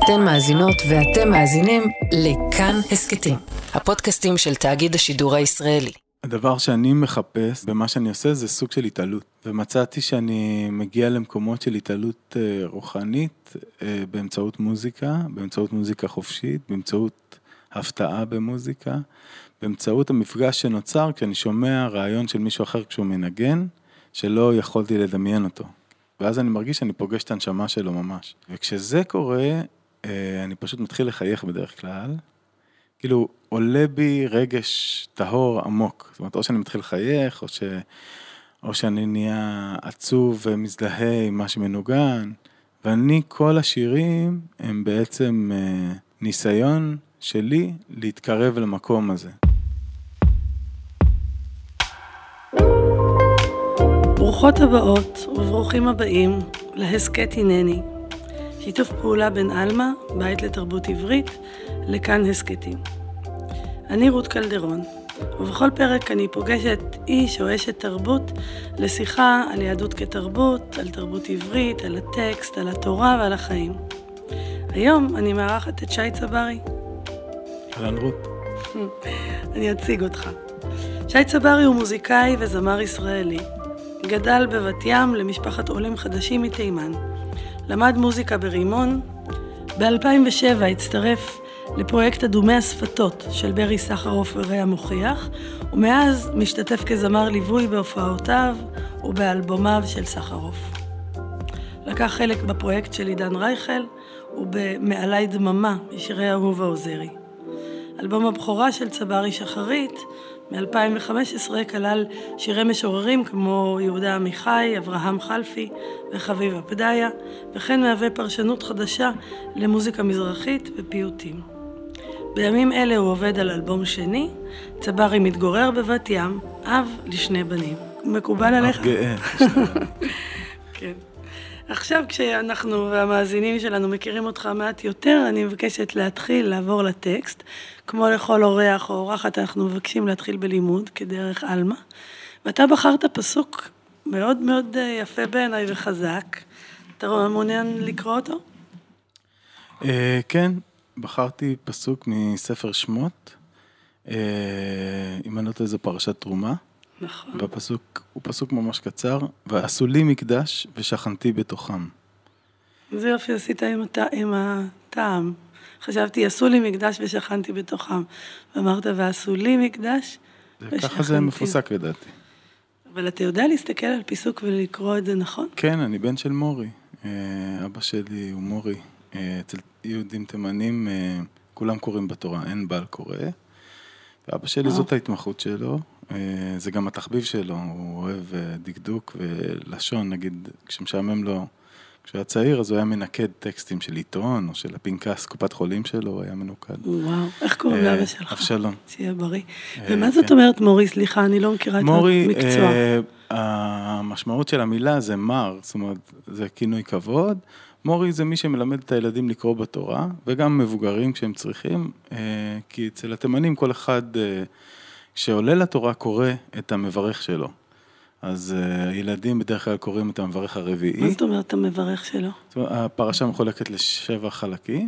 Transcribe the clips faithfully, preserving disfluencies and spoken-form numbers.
אתן מאזינות ואתם מאזינים לכאן הסקטים, הפודקאסטים של תאגיד השידור הישראלי. הדבר שאני מחפש במה שאני עושה זה סוג של התעלות, ומצאתי שאני מגיע למקומות של התעלות רוחנית באמצעות מוזיקה, באמצעות מוזיקה חופשית, באמצעות הפתעה במוזיקה, באמצעות המפגש שנוצר כשאני שומע רעיון של מישהו אחר כשהוא מנגן, שלא יכולתי לדמיין אותו. ואז אני מרגיש שאני פוגש את הנשמה שלו ממש. וכשזה קורה, אני פשוט מתחיל לחייך בדרך כלל, כאילו עולה בי רגש טהור עמוק, זאת אומרת, או שאני מתחיל לחייך, או, ש... או שאני נהיה עצוב ומזדהה עם מה שמנוגן, ואני, כל השירים הם בעצם ניסיון שלי להתקרב למקום הזה. ברוכות הבאות וברוכים הבאים להסקט הנני, שיתוף פעולה בין אלמה, בית לתרבות עברית, לכאן הסקטים. אני רות קלדרון, ובכל פרק אני פוגשת איש או אשת תרבות לשיחה על יהדות כתרבות, על תרבות עברית, על הטקסט, על התורה ועל החיים. היום אני מארחת את שי צברי. אהלן רות. אני אציג אותך. שי צברי הוא מוזיקאי וזמר ישראלי. גדל בבת ים למשפחת עולים חדשים מתימן. למד מוזיקה ברימון. ב-אלפיים ושבע הצטרף לפרויקט אדומי השפתות של ברי סחרוף וריאה מוכיח, ומאז משתתף כזמר ליווי בהופעותיו ובאלבומיו של סחרוף. לקח חלק בפרויקט של עידן רייכל ובמעלי דממה משירי אהובה עוזרי. אלבום הבכורה של צברי שחרית מ-אלפיים וחמש עשרה כלל שירי משוררים כמו יהודה עמיחי, אברהם חלפי וחביבה פדיה, וכן מהווה פרשנות חדשה למוזיקה מזרחית ופיוטים. בימים אלה הוא עובד על אלבום שני, צברי מתגורר בבת ים, אב לשני בנים. מקובל עליך? אב גאה. כן. עכשיו כשאנחנו והמאזינים שלנו מכירים אותך מעט יותר, אני מבקשת להתחיל לעבור לטקסט. כמו לכל אורח או אורחת, אנחנו מבקשים להתחיל בלימוד כדרך אלמה. ואתה בחרת פסוק מאוד מאוד יפה בעיניי וחזק. אתה מעוניין לקרוא אותו? כן, בחרתי פסוק מספר שמות. אם אני לא טועה זה פרשת תרומה. נכון. והפסוק הוא פסוק ממש קצר, ועשו לי מקדש ושכנתי בתוכם. זה יופי עשית עם, הת... עם הטעם. חשבתי, עשו לי מקדש ושכנתי בתוכם. ואמרת, ועשו לי מקדש ושכנתי. ככה זה מפוסק לדעתי. אבל אתה יודע להסתכל על פיסוק ולקרוא את זה נכון? כן, אני בן של מורי. אבא שלי הוא מורי. אצל יהודים תימנים, כולם קוראים בתורה, אין בעל קורא. ואבא שלי זאת ההתמחות שלו. זה גם התחביב שלו, הוא אוהב דקדוק ולשון, נגיד, כשמשעמם לו, כשהוא היה צעיר, אז הוא היה מנקד טקסטים של עיתון, או של הפנקס, קופת חולים שלו, הוא היה מנוקד. וואו, איך קוראים לאבא שלך? אבשלום. שיהיה בריא. ומה זאת אומרת מורי? סליחה, אני לא מכירה את המקצוע. מורי, המשמעות של המילה זה מר, זאת אומרת, זה כינוי כבוד. מורי זה מי שמלמד את הילדים לקרוא בתורה, וגם מבוגרים כשהם צריכים, כי אצל התימנים כל אחד שעולה לתורה קורא את המברך שלו. אז הילדים בדרך כלל קוראים את המברך הרביעי. מה זאת אומרת המברך שלו? הפרשה מחולקת לשבע חלקים,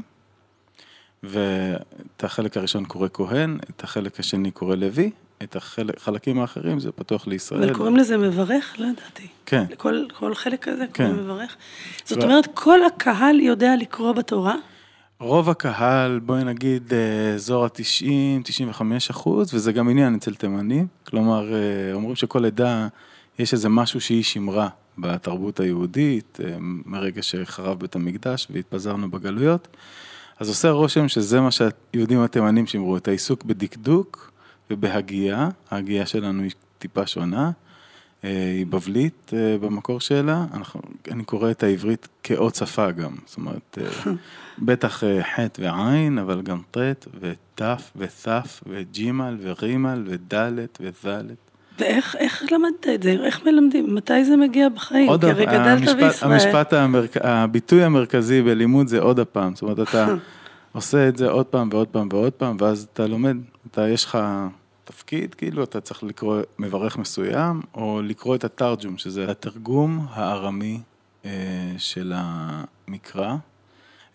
ואת החלק הראשון קורא כהן, את החלק השני קורא לוי, את החלקים האחרים זה פתוח לישראל. אבל קוראים לזה מברך? לא ידעתי. כן. כל, כל חלק כזה קוראים מברך? זאת אומרת, כל הקהל יודע לקרוא בתורה? רוב הקהל, בואי נגיד, אזור ה-תשעים, תשעים וחמישה אחוז, וזה גם עניין אצל תימנים. כלומר, אומרים שכל עדה יש איזה משהו שהיא שמרה בתרבות היהודית, מרגע שחרב בית המקדש והתפזרנו בגלויות. אז עושה רושם שזה מה שהיהודים התימנים שמרו, את העיסוק בדקדוק ובהגייה. ההגייה שלנו היא טיפה שונה, היא בבלית במקור שלה. אנחנו, אני קורא את העברית כעוד שפה גם, זאת אומרת, בטח ח' ועין, אבל גם ט' ות' ות' וג'ימל ורימל ודלת ודלת. ואיך איך למדת את זה? איך מלמדים? מתי זה מגיע בחיים? עוד כי הרי גדלת המשפט, בישראל. המשפט המרכ... הביטוי המרכזי בלימוד זה עוד הפעם. זאת אומרת, אתה עושה את זה עוד פעם ועוד פעם ועוד פעם, ואז אתה לומד, אתה, יש לך תפקיד, כאילו אתה צריך לקרוא מברך מסוים, או לקרוא את התרג'ום, שזה התרגום הארמי אה, של המקרא.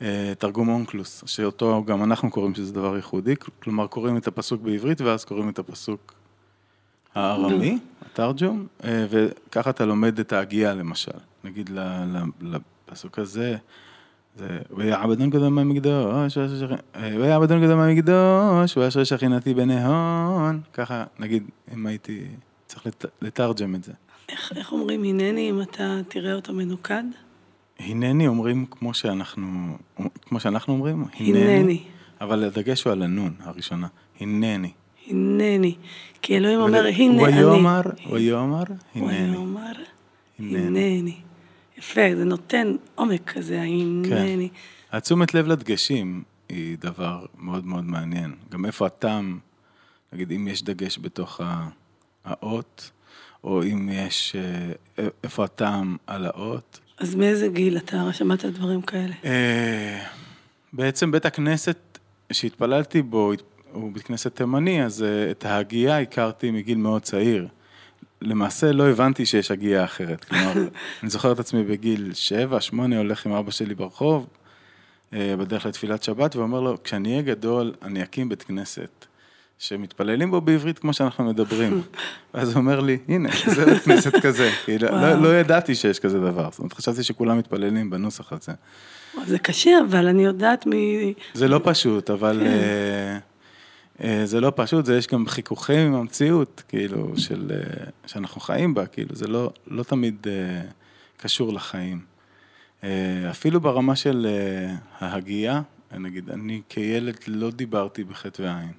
תרגום אונקלוס, שאותו גם אנחנו קוראים שזה דבר ייחודי, כלומר קוראים את הפסוק בעברית ואז קוראים את הפסוק הארמי, התרג'ום, וככה אתה לומד את ההגייה למשל. נגיד לפסוק הזה, זה ויעבדון קדם המקדוש, ויעבדון קדם המקדוש, ואשרי שכינתי בנהון, ככה נגיד אם הייתי צריך לתרג'ם את זה. איך, איך אומרים הנני אם אתה תראה אותו מנוקד? הנני אומרים כמו שאנחנו, כמו שאנחנו אומרים, הנני. אבל הדגש הוא על הנון הראשונה, הנני. הנני. כי אלוהים אומר, הנה אני. ויאמר, ויאמר, הנני. ויאמר, הנני. יפה, זה נותן עומק כזה, הנני. כן. התשומת לב לדגשים היא דבר מאוד מאוד מעניין. גם איפה הטעם, נגיד אם יש דגש בתוך האות, או אם יש, איפה הטעם על האות. אז מאיזה גיל אתה שמעת דברים כאלה? בעצם בית הכנסת שהתפללתי בו, הוא בית כנסת תימני, אז את ההגייה הכרתי מגיל מאוד צעיר. למעשה לא הבנתי שיש הגייה אחרת. כלומר, אני זוכר את עצמי בגיל שבע, שמונה, הולך עם אבא שלי ברחוב, בדרך לתפילת שבת, ואומר לו, כשאני אהיה גדול, אני אקים בית כנסת, שמתפללים בו בעברית כמו שאנחנו מדברים. ואז הוא אומר לי, הנה, זה בית כנסת כזה. לא, לא ידעתי שיש כזה דבר. זאת אומרת, חשבתי שכולם מתפללים בנוסח הזה. זה קשה, אבל אני יודעת מ... זה לא פשוט, אבל... זה לא פשוט, זה יש גם חיכוכים עם המציאות, כאילו, של, שאנחנו חיים בה, כאילו, זה לא, לא תמיד קשור לחיים. אפילו ברמה של ההגייה, נגיד, אני כילד לא דיברתי בחטא ועין.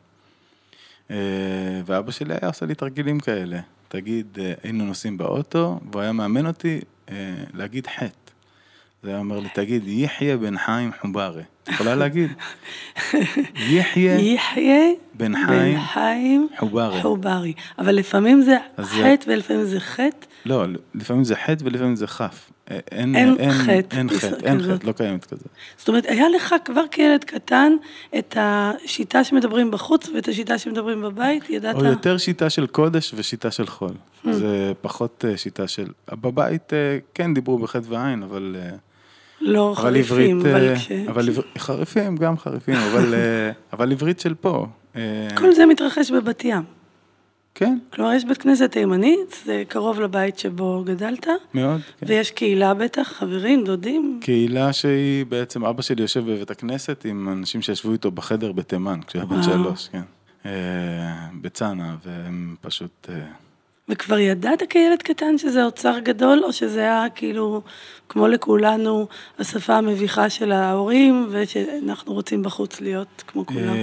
ואבא שלי היה עושה לי תרגילים כאלה. תגיד, היינו נוסעים באוטו, והוא היה מאמן אותי להגיד חטא. זה היה אומר לי, תגיד, יחיה בן חיים חוברי. את יכולה להגיד? יחיה, יחיה בן חיים, בן חיים חוברי. חוברי. אבל לפעמים זה חטא ולפעמים זה חטא. לא, לפעמים זה חטא ולפעמים זה חף. אין, אין, אין חטא. אין חטא, אין חטא, לא קיימת כזה. זאת אומרת, היה לך כבר כילד קטן את השיטה שמדברים בחוץ ואת השיטה שמדברים בבית, ידעת? או יותר שיטה של קודש ושיטה של חול. זה פחות שיטה של... בבית כן דיברו בחטא ועין, אבל... לא חריפים, אבל כש... אבל חריפים, גם חריפים, אבל, אבל עברית של פה. כל זה מתרחש בבת ים. כן. כלומר, יש בית כנסת תימני, זה קרוב לבית שבו גדלת. מאוד, כן. ויש קהילה בטח, חברים, דודים. קהילה שהיא בעצם, אבא שלי יושב בבית הכנסת עם אנשים שישבו איתו בחדר בתימן, כשהיה בן שלוש, כן. בצנה, והם פשוט... וכבר ידעת כילד קטן שזה אוצר גדול, או שזה היה כאילו, כמו לכולנו, השפה המביכה של ההורים, ושאנחנו רוצים בחוץ להיות כמו כולם?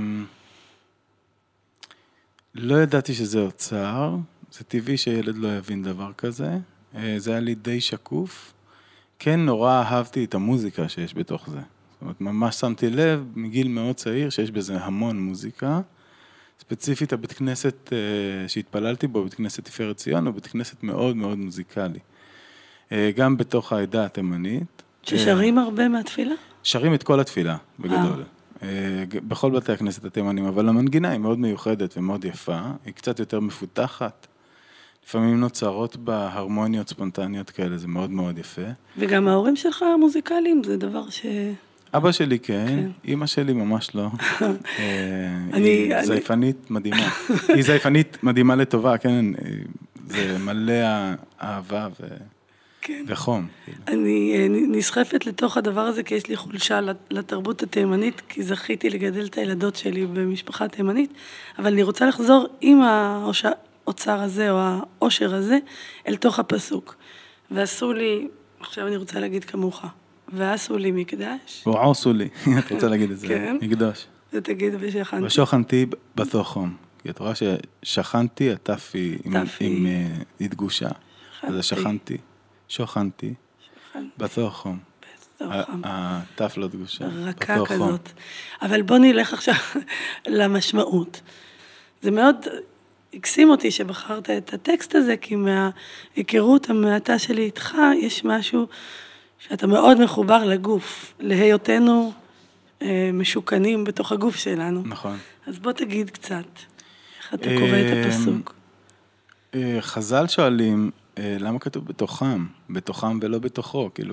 לא ידעתי שזה אוצר, זה טבעי שילד לא יבין דבר כזה, זה היה לי די שקוף, כן נורא אהבתי את המוזיקה שיש בתוך זה, זאת אומרת, ממש שמתי לב מגיל מאוד צעיר שיש בזה המון מוזיקה, ספציפית הבית כנסת שהתפללתי בו, בית כנסת תפארת ציון, הוא בית כנסת מאוד מאוד מוזיקלי. גם בתוך העדה התימנית. ששרים הרבה מהתפילה? שרים את כל התפילה, בגדול. בכל בתי הכנסת התימנים, אבל המנגינה היא מאוד מיוחדת ומאוד יפה, היא קצת יותר מפותחת. לפעמים נוצרות בה הרמוניות ספונטניות כאלה, זה מאוד מאוד יפה. וגם ההורים שלך המוזיקליים, זה דבר ש... אבא שלי כן, אמא שלי ממש לא. היא זייפנית מדהימה. היא זייפנית מדהימה לטובה, כן, זה מלא אהבה וחום. אני נסחפת לתוך הדבר הזה, כי יש לי חולשה לתרבות התימנית, כי זכיתי לגדל את הילדות שלי במשפחה תימנית, אבל אני רוצה לחזור עם האוצר הזה, או האושר הזה, אל תוך הפסוק. ועשו לי, עכשיו אני רוצה להגיד כמוך, ועשו לי מקדש. ועשו לי, את רוצה להגיד את זה, כן. מקדש. זה תגיד ושכנתי. ושוכנתי בתוכם, כי את רואה ששכנתי, התפי עם התגושה, אז שכנתי, שוכנתי, בתוכם. התף לא תגושה. רכה כזאת. אבל בוא נלך עכשיו למשמעות. זה מאוד הקסים אותי שבחרת את הטקסט הזה, כי מההיכרות המעטה שלי איתך, יש משהו שאתה מאוד מחובר לגוף, להיותנו משוקנים בתוך הגוף שלנו. נכון. אז בוא תגיד קצת, איך אתה קורא את הפסוק. חז"ל שואלים, למה כתוב בתוכם? בתוכם ולא בתוכו, כאילו,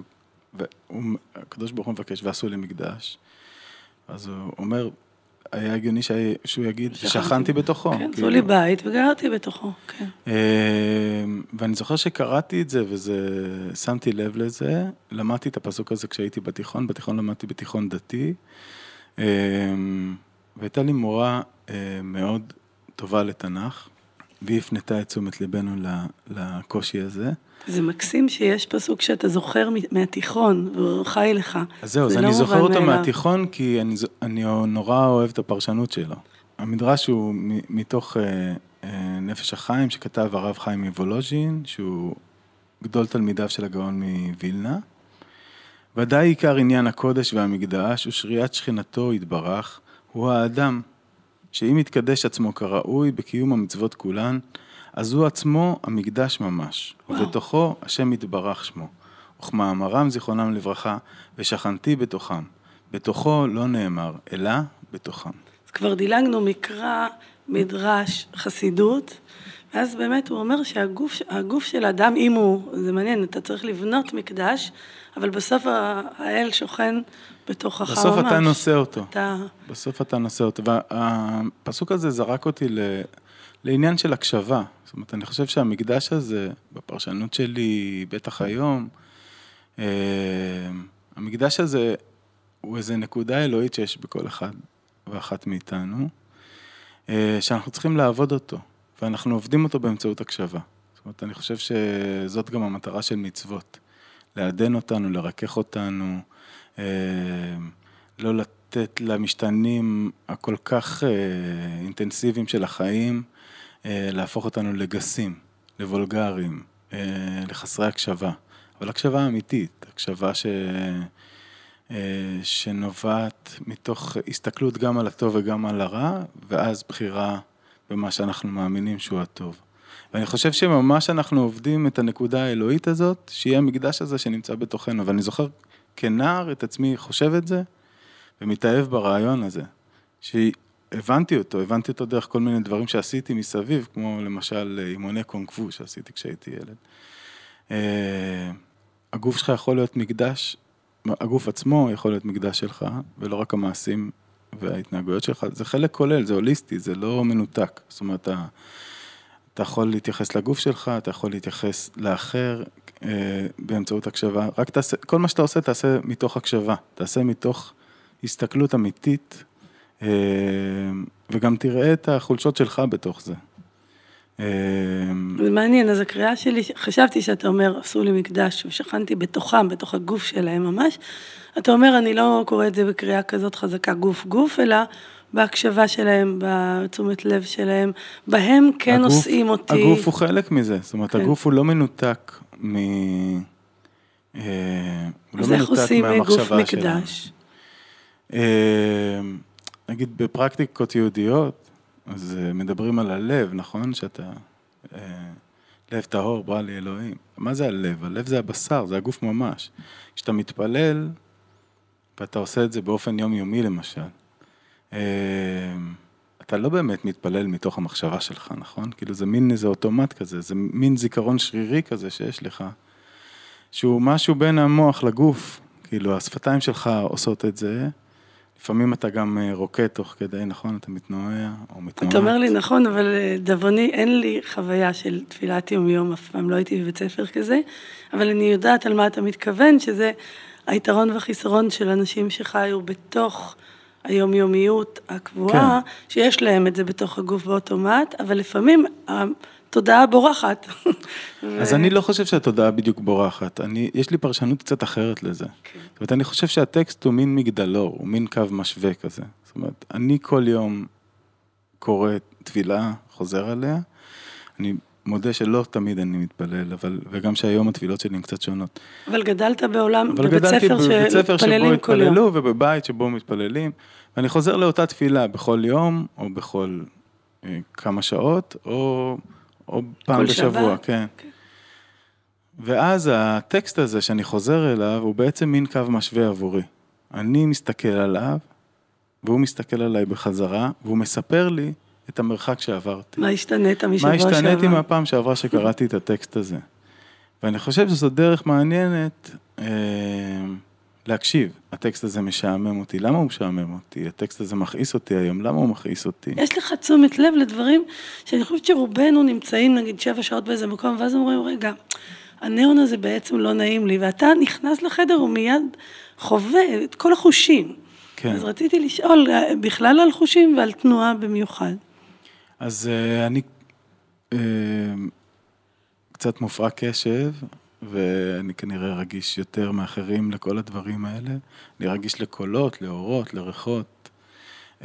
והקדוש ברוך הוא מבקש, ועשו לי מקדש. אז הוא אומר, היה הגיוני שהוא יגיד, שכנתי בתוכו. כן, עשו לי בית וגרתי בתוכו, כן. ואני זוכר שקראתי את זה, וזה, שמתי לב לזה, למדתי את הפסוק הזה כשהייתי בתיכון, בתיכון למדתי בתיכון דתי, והייתה לי מורה מאוד טובה לתנ"ך, והיא הפנתה את תשומת ליבנו לקושי הזה. זה מקסים שיש פסוק שאתה זוכר מהתיכון, והוא חי לך. אז זהו, אז אני זוכר אותו מהתיכון, כי אני, אני נורא אוהב את הפרשנות שלו. המדרש הוא מתוך נפש החיים, שכתב הרב חיים מוולוז'ין, שהוא גדול תלמידיו של הגאון מווילנה. ודאי עיקר עניין הקודש והמקדש, ושריית שכינתו יתברך, הוא האדם, שאם יתקדש עצמו כראוי בקיום המצוות כולן, אז הוא עצמו המקדש ממש, וואו. ובתוכו השם יתברך שמו, וכמאמרם זיכרונם לברכה, ושכנתי בתוכם, בתוכו לא נאמר, אלא בתוכם. אז כבר דילגנו מקרא, מדרש, חסידות, ואז באמת הוא אומר שהגוף הגוף של האדם, אם הוא, זה מעניין, אתה צריך לבנות מקדש, אבל בסוף האל שוכן בתוכך ממש. בסוף אתה נושא אותו. אתה... בסוף אתה נושא אותו. והפסוק הזה זרק אותי ל... לעניין של הקשבה. זאת אומרת, אני חושב שהמקדש הזה, בפרשנות שלי, בטח היום, המקדש הזה הוא איזו נקודה אלוהית שיש בכל אחד ואחת מאיתנו, שאנחנו צריכים לעבוד אותו, ואנחנו עובדים אותו באמצעות הקשבה. זאת אומרת, אני חושב שזאת גם המטרה של מצוות. לעדן אותנו, לרכך אותנו, לא לתת למשתנים הכל כך אינטנסיביים של החיים, להפוך אותנו לגסים, לבולגרים, לחסרי הקשבה. אבל הקשבה אמיתית, הקשבה ש... שנובעת מתוך הסתכלות גם על הטוב וגם על הרע, ואז בחירה במה שאנחנו מאמינים שהוא הטוב. ואני חושב שממש אנחנו עובדים את הנקודה האלוהית הזאת, שיהיה המקדש הזה שנמצא בתוכנו. ואני זוכר כנער את עצמי חושב את זה, ומתאהב ברעיון הזה, שהבנתי אותו, הבנתי אותו דרך כל מיני דברים שעשיתי מסביב, כמו למשל אימוני קונג פו שעשיתי כשהייתי ילד. הגוף שלך יכול להיות מקדש, הגוף עצמו יכול להיות מקדש שלך, ולא רק המעשים וההתנהגויות שלך, זה חלק כולל, זה הוליסטי, זה לא מנותק. זאת אומרת, אתה, אתה יכול להתייחס לגוף שלך, אתה יכול להתייחס לאחר אה, באמצעות הקשבה. רק תעשה, כל מה שאתה עושה, תעשה מתוך הקשבה, תעשה מתוך הסתכלות אמיתית, אה, וגם תראה את החולשות שלך בתוך זה. זה מעניין, אז הקריאה שלי, חשבתי שאתה אומר, עשו לי מקדש, ושכנתי בתוכם, בתוך הגוף שלהם ממש, אתה אומר, אני לא קורא את זה בקריאה כזאת חזקה גוף גוף, אלא בהקשבה שלהם, בתשומת לב שלהם, בהם כן הגוף, עושים אותי. הגוף הוא חלק מזה, זאת אומרת, כן. הגוף הוא לא מנותק מ... אה, הוא לא מנותק עושים גוף מקדש? אה, נגיד, בפרקטיקות יהודיות, אז מדברים על הלב, נכון? שאתה, אה, לב טהור, ברא לי אלוהים. מה זה הלב? הלב זה הבשר, זה הגוף ממש. כשאתה מתפלל, ואתה עושה את זה באופן יומיומי למשל, אה, אתה לא באמת מתפלל מתוך המחשבה שלך, נכון? כאילו זה מין איזה אוטומט כזה, זה מין זיכרון שרירי כזה שיש לך, שהוא משהו בין המוח לגוף, כאילו השפתיים שלך עושות את זה, לפעמים אתה גם רוקד תוך כדי, נכון? אתה מתנועע או מתנועעת. אתה אומר לי נכון, אבל דבוני, אין לי חוויה של תפילת יום יום, אף פעם לא הייתי בבית ספר כזה, אבל אני יודעת על מה אתה מתכוון, שזה היתרון והחיסרון של אנשים שחיו בתוך היומיומיות הקבועה, כן. שיש להם את זה בתוך הגוף באוטומט, אבל לפעמים התודעה בורחת. אז ו... אני לא חושב שהתודעה בדיוק בורחת, אני, יש לי פרשנות קצת אחרת לזה. כן. זאת אומרת, אני חושב שהטקסט הוא מין מגדלור, הוא מין קו משווה כזה. זאת אומרת, אני כל יום קורא תפילה, חוזר עליה, אני מודה שלא תמיד אני מתפלל, אבל, וגם שהיום התפילות שלי הן קצת שונות. אבל גדלת בעולם, בבית ספר שמתפללים כל יום. התפללו, ובבית שבו מתפללים, ואני חוזר לאותה תפילה בכל יום, או בכל אה, כמה שעות, או, או פעם בשבוע, כן. כן. ואז הטקסט הזה שאני חוזר אליו, הוא בעצם מין קו משווה עבורי. אני מסתכל עליו, והוא מסתכל עליי בחזרה, והוא מספר לי את המרחק שעברתי. מה השתנית משבוע שעבר? מה השתניתי מהפעם שעברה שקראתי את הטקסט הזה. ואני חושב שזו דרך מעניינת להקשיב. הטקסט הזה משעמם אותי. למה הוא משעמם אותי? הטקסט הזה מכעיס אותי היום. למה הוא מכעיס אותי? יש לך תשומת לב לדברים שאני חושבת שרובנו נמצאים, נגיד, שבע שעות באיזה מקום, ואז אומרים, רגע, הניאון הזה בעצם לא נעים לי, ואתה נכנס לחדר ומיד חווה את כל החושים. כן. אז רציתי לשאול בכלל על חושים ועל תנועה במיוחד. אז uh, אני uh, קצת מופרע קשב, ואני כנראה רגיש יותר מאחרים לכל הדברים האלה. אני רגיש לקולות, לאורות, לריחות, uh,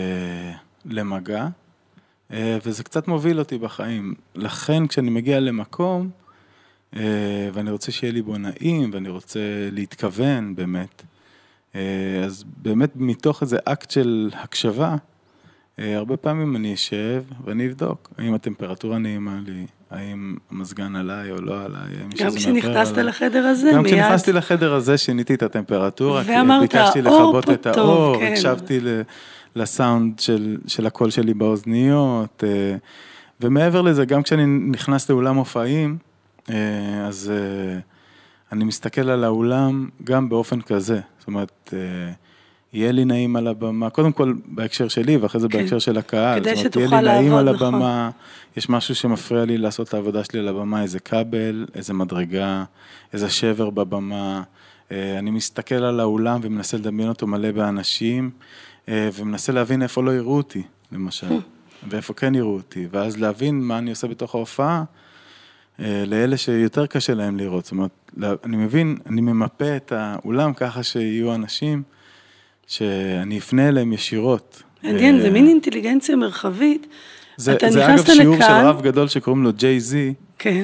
למגע, uh, וזה קצת מוביל אותי בחיים. לכן כשאני מגיע למקום, uh, ואני רוצה שיהיה לי בו נעים, ואני רוצה להתכוון באמת, uh, אז באמת מתוך איזה אקט של הקשבה, הרבה פעמים אני אשב ואני אבדוק, האם הטמפרטורה נעימה לי, האם המזגן עליי או לא עליי. גם כשנכנסת לחדר הזה, גם כשנכנסתי לחדר הזה, שיניתי את הטמפרטורה, ואמרת, ביקשתי לכבות את האור, הקשבתי לסאונד של הקול שלי באוזניות, ומעבר לזה, גם כשאני נכנס לאולם מופעים, אז אני מסתכל על האולם גם באופן כזה, זאת אומרת, יהיה לי נעים על הבמה, קודם כל בהקשר שלי, ואחרי זה בהקשר של הקהל. כדי שתוכל לעבוד, נכון. יש משהו שמפריע לי לעשות את העבודה שלי על הבמה, איזה כבל, איזה מדרגה, איזה שבר בבמה. אני מסתכל על האולם ומנסה לדמיין אותו מלא באנשים, ומנסה להבין איפה לא יראו אותי, למשל, ואיפה כן יראו אותי, ואז להבין מה אני עושה בתוך ההופעה, לאלה שיותר קשה להם לראות. זאת אומרת, אני מבין, אני ממפה את האולם ככה שיהיו אנשים, שאני אפנה אליהם ישירות. מעניין, זה מין אינטליגנציה מרחבית. זה אגב שיעור של רב גדול שקוראים לו ג'יי זי,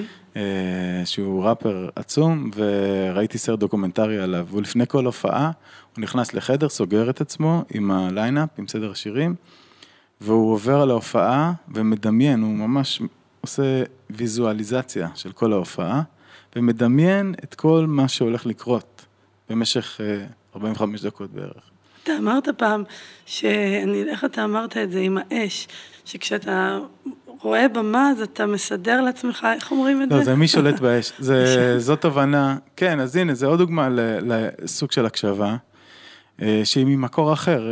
שהוא ראפר עצום, וראיתי סרט דוקומנטרי עליו, ולפני כל הופעה, הוא נכנס לחדר, סוגר את עצמו עם הליינאפ, עם סדר השירים, והוא עובר על ההופעה ומדמיין, הוא ממש עושה ויזואליזציה של כל ההופעה, ומדמיין את כל מה שהולך לקרות, במשך ארבעים וחמש דקות בערך. אתה אמרת פעם, שאני, איך אתה אמרת את זה עם האש, שכשאתה רואה במה, אז אתה מסדר לעצמך, איך אומרים את זה? לא, זה מי שולט באש. זאת הבנה, כן, אז הנה, זה עוד דוגמה לסוג של הקשבה, שהיא ממקור אחר.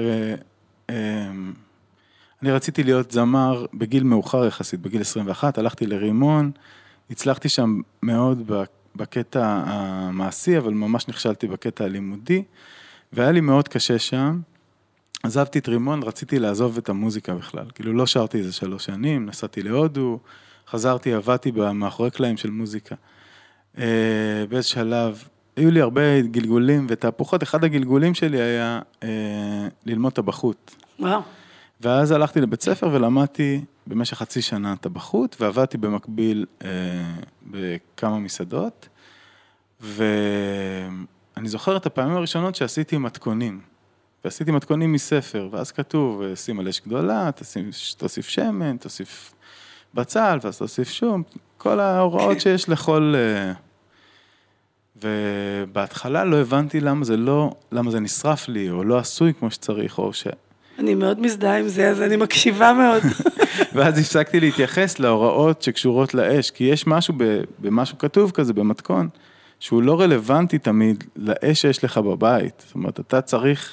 אני רציתי להיות זמר בגיל מאוחר יחסית, בגיל עשרים ואחת, הלכתי לרימון, הצלחתי שם מאוד בקטע המעשי, אבל ממש נכשלתי בקטע הלימודי, והיה לי מאוד קשה שם, עזבתי את רימון, רציתי לעזוב את המוזיקה בכלל, כאילו לא שרתי איזה שלוש שנים, נסעתי להודו, חזרתי, עבדתי מאחורי קלעים של מוזיקה. באיזה שלב, היו לי הרבה גלגולים ותהפוכות, אחד הגלגולים שלי היה ללמוד טבחות. וואו. ואז הלכתי לבית ספר ולמדתי במשך חצי שנה טבחות, ועבדתי במקביל בכמה מסעדות, ואני זוכר את הפעמים הראשונות שעשיתי מתכונים, ועשיתי מתכונים מספר, ואז כתוב, שים על אש גדולה, תוסיף שמן, תוסיף בצל, ואז תוסיף שום, כל ההוראות שיש לכל... ובהתחלה לא הבנתי למה זה לא, למה זה נשרף לי, או לא עשוי כמו שצריך, או ש... אני מאוד מזדהה עם זה, אז אני מקשיבה מאוד. ואז הפסקתי להתייחס להוראות שקשורות לאש, כי יש משהו במשהו כתוב כזה, במתכון, שהוא לא רלוונטי תמיד לאש שיש לך בבית. זאת אומרת, אתה צריך,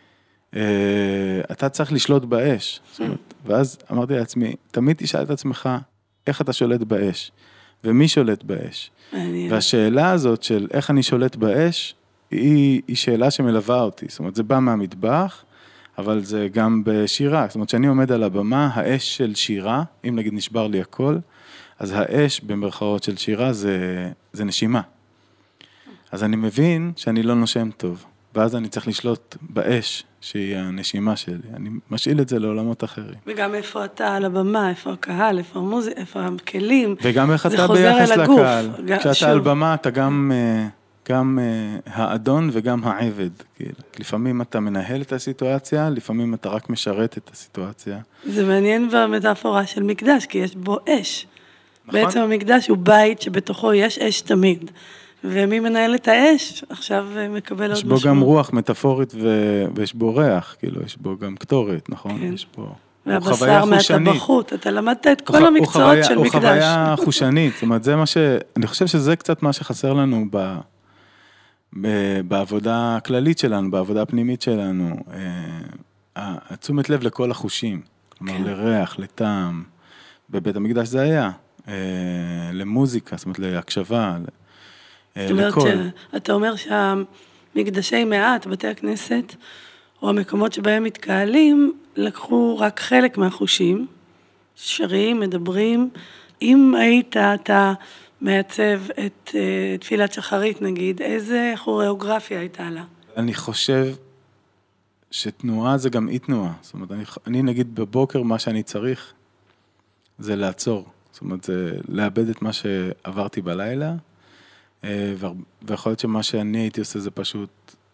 אתה צריך לשלוט באש. זאת אומרת, ואז אמרתי לעצמי, תמיד תשאל את עצמך, איך אתה שולט באש, ומי שולט באש. והשאלה הזאת של איך אני שולט באש, היא, היא שאלה שמלווה אותי. זאת אומרת, זה בא מהמטבח, אבל זה גם בשירה, זאת אומרת שאני עומד על הבמה, האש של שירה, אם נגיד נשבר לי הכל, אז האש במרכאות של שירה זה, זה נשימה. אז אני מבין שאני לא נושם טוב, ואז אני צריך לשלוט באש, שהיא הנשימה שלי, אני משאיל את זה לעולמות אחרים. וגם איפה אתה על הבמה, איפה הקהל, איפה המוזיקה, איפה הכלים, וגם איך אתה ביחס לקהל, כשאתה על במה אתה גם... גם האדון וגם העבד. לפעמים אתה מנהל את הסיטואציה, לפעמים אתה רק משרת את הסיטואציה. זה מעניין במטאפורה של מקדש, כי יש בו אש. נכון? בעצם המקדש הוא בית שבתוכו יש אש תמיד. ומי מנהל את האש, עכשיו מקבל עוד משמעות. יש בו גם רוח מטאפורית ו... ויש בו ריח, כאילו יש בו גם קטורת, נכון? כן. יש בו... והבשר מהטבחות, אתה למדת את כל המקצועות של מקדש. הוא חוויה חושנית, זאת אומרת, זה מה ש... אני חושב שזה קצת מה שחסר לנו ב... בעבודה הכללית שלנו, בעבודה הפנימית שלנו, תשומת לב לכל החושים, כלומר לריח, לטעם, בבית המקדש זה היה, למוזיקה, זאת אומרת להקשבה, לכל. אתה אומר שהמקדשי מעט, בתי הכנסת, או המקומות שבהם מתקהלים, לקחו רק חלק מהחושים, שרים, מדברים. אם היית, אתה מעצב את uh, תפילת שחרית, נגיד, איזה כוריאוגרפיה הייתה לה? אני חושב שתנועה זה גם אי תנועה. זאת אומרת, אני, אני נגיד בבוקר, מה שאני צריך, זה לעצור. זאת אומרת, זה לאבד את מה שעברתי בלילה, ויכול להיות שמה שאני הייתי עושה זה פשוט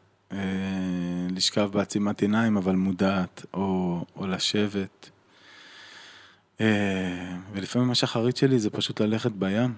לשכב בעצימת עיניים, אבל מודעת, או, או לשבת. ולפעמים השחרית שלי זה פשוט ללכת בים,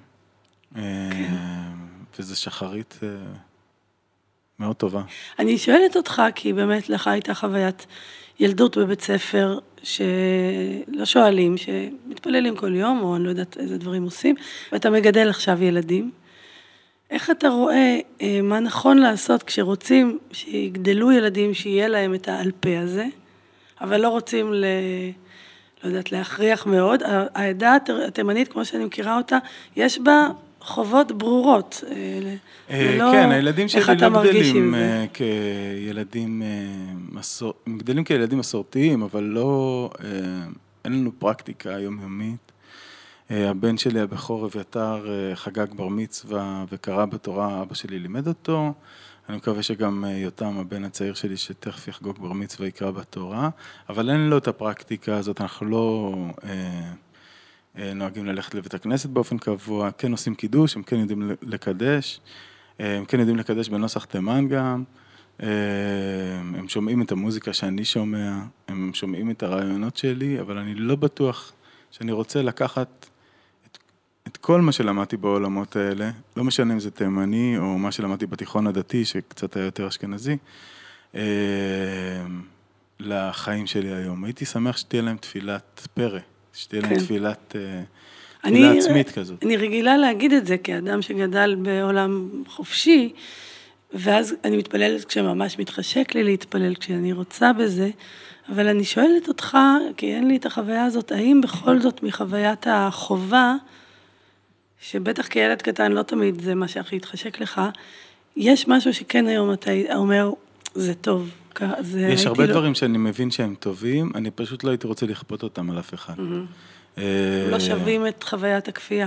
וזה שחרית מאוד טובה. אני שואלת אותך, כי באמת לך הייתה חוויית ילדות בבית ספר, שלא שואלים, שמתפללים כל יום, או אני לא יודעת איזה דברים עושים, ואתה מגדל עכשיו ילדים. איך אתה רואה מה נכון לעשות כשרוצים שיגדלו ילדים, שיהיה להם את האלפה הזה, אבל לא רוצים ל... לא יודעת, להכריח מאוד. העדה התימנית, כמו שאני מכירה אותה, יש בה חובות ברורות. כן, הילדים שלי לא גדלים כילדים מסורתיים, גדלים כילדים מסורתיים, אבל לא, אין לנו פרקטיקה יומיומית. הבן שלי הבכור אביתר חגג בר מצווה וקרא בתורה, אבא שלי לימד אותו. אני מקווה שגם יותם, הבן הצעיר שלי, שתכף יחגוג בר מצווה, יקרא בתורה, אבל אין לו את הפרקטיקה הזאת, אנחנו לא אה, אה, נוהגים ללכת לבית הכנסת באופן קבוע, כן עושים קידוש, הם כן יודעים לקדש, אה, הם כן יודעים לקדש בנוסח תימן גם, אה, הם שומעים את המוזיקה שאני שומע, הם שומעים את הרעיונות שלי, אבל אני לא בטוח שאני רוצה לקחת את כל מה שלמדתי בעולמות האלה, לא משנה אם זה תימני או מה שלמדתי בתיכון הדתי, שקצת היה יותר אשכנזי, לחיים שלי היום. הייתי שמח שתהיה להם תפילת פרא, שתהיה להם תפילת, תפילה עצמית כזאת. אני רגילה להגיד את זה כאדם שגדל בעולם חופשי, ואז אני מתפללת כשממש מתחשק לי להתפלל, כשאני רוצה בזה, אבל אני שואלת אותך, כי אין לי את החוויה הזאת, האם בכל זאת מחוויית החובה, שבטח כילד קטן לא תמיד זה מה שהכי התחשק לך, יש משהו שכן היום אתה אומר, זה טוב. זה יש הרבה לא... דברים שאני מבין שהם טובים, אני פשוט לא הייתי רוצה לכפות אותם על אף אחד. Mm-hmm. לא שווים את חוויית הכפייה.